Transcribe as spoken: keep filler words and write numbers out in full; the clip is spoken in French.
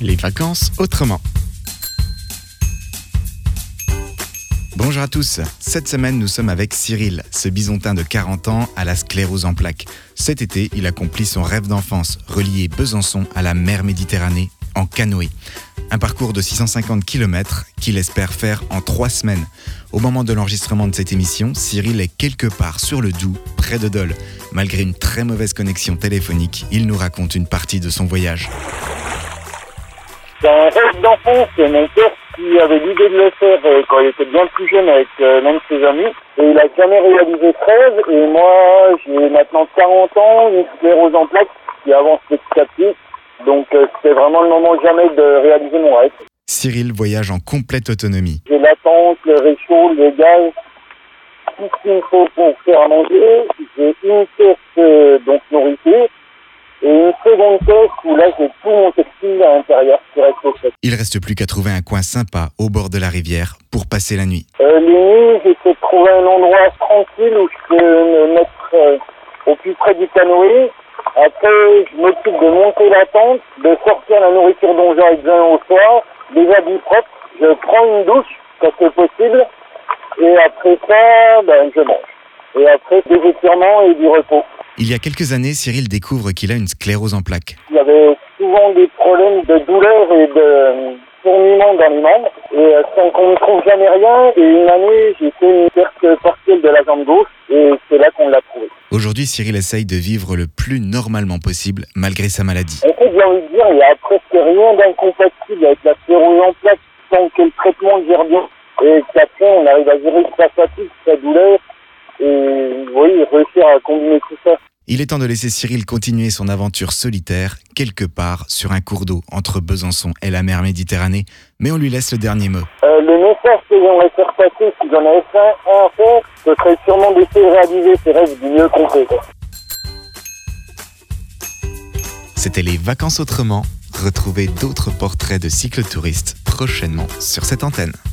Les vacances autrement. Bonjour à tous, cette semaine nous sommes avec Cyril, ce bisontin de quarante ans à la sclérose en plaques. Cet été, il accomplit son rêve d'enfance, relier Besançon à la mer Méditerranée en canoë. Un parcours de six cent cinquante kilomètres qu'il espère faire en trois semaines. Au moment de l'enregistrement de cette émission, Cyril est quelque part sur le Doubs, près de Dole. Malgré une très mauvaise connexion téléphonique, il nous raconte une partie de son voyage. C'est un rêve d'enfance, c'est mon père qui avait l'idée de le faire quand il était bien plus jeune avec euh, l'un de ses amis. Et il a jamais réalisé treize, et moi j'ai maintenant quarante ans, une sclérose en plaques qui avance petit à petit. Donc euh, c'était vraiment le moment jamais de réaliser mon rêve. Cyril voyage en complète autonomie. J'ai la tente, le réchaud, le gaz, tout ce qu'il faut pour faire à manger. J'ai une caisse euh, donc nourriture. Et une seconde caisse où là j'ai tout mon textile à l'intérieur qui reste au fait. Il reste plus qu'à trouver un coin sympa au bord de la rivière pour passer la nuit. Euh, les nuits, j'essaie de trouver un endroit tranquille où je peux me mettre euh, au plus près du canoë. Après, je m'occupe de monter la tente, de sortir la nourriture dont j'ai besoin au soir, des habits propres. Je prends une douche quand c'est possible. Et après ça, ben, je mange. Et après, des étirements et du repos. Il y a quelques années, Cyril découvre qu'il a une sclérose en plaques. Il y avait souvent des problèmes de douleur et de fourmillement dans les membres. Et sans qu'on ne trouve jamais rien, et une année, j'ai fait une perte partielle de la jambe gauche, et c'est là qu'on l'a trouvé. Aujourd'hui, Cyril essaye de vivre le plus normalement possible, malgré sa maladie. En fait, j'ai envie de dire, il n'y a presque rien d'incompatible avec la sclérose en plaques, tant que le traitement gère bien. Et qu'après, on arrive à gérer sa fatigue, sa douleur, et oui, réussir à combiner tout ça. Il est temps de laisser Cyril continuer son aventure solitaire, quelque part sur un cours d'eau entre Besançon et la mer Méditerranée, mais on lui laisse le dernier mot. Euh, le message que j'aimerais faire passer, si j'en avais fait un à faire, ce serait sûrement d'essayer de réaliser ses rêves du mieux qu'on peut. C'était les vacances autrement. Retrouvez d'autres portraits de cyclotouristes prochainement sur cette antenne.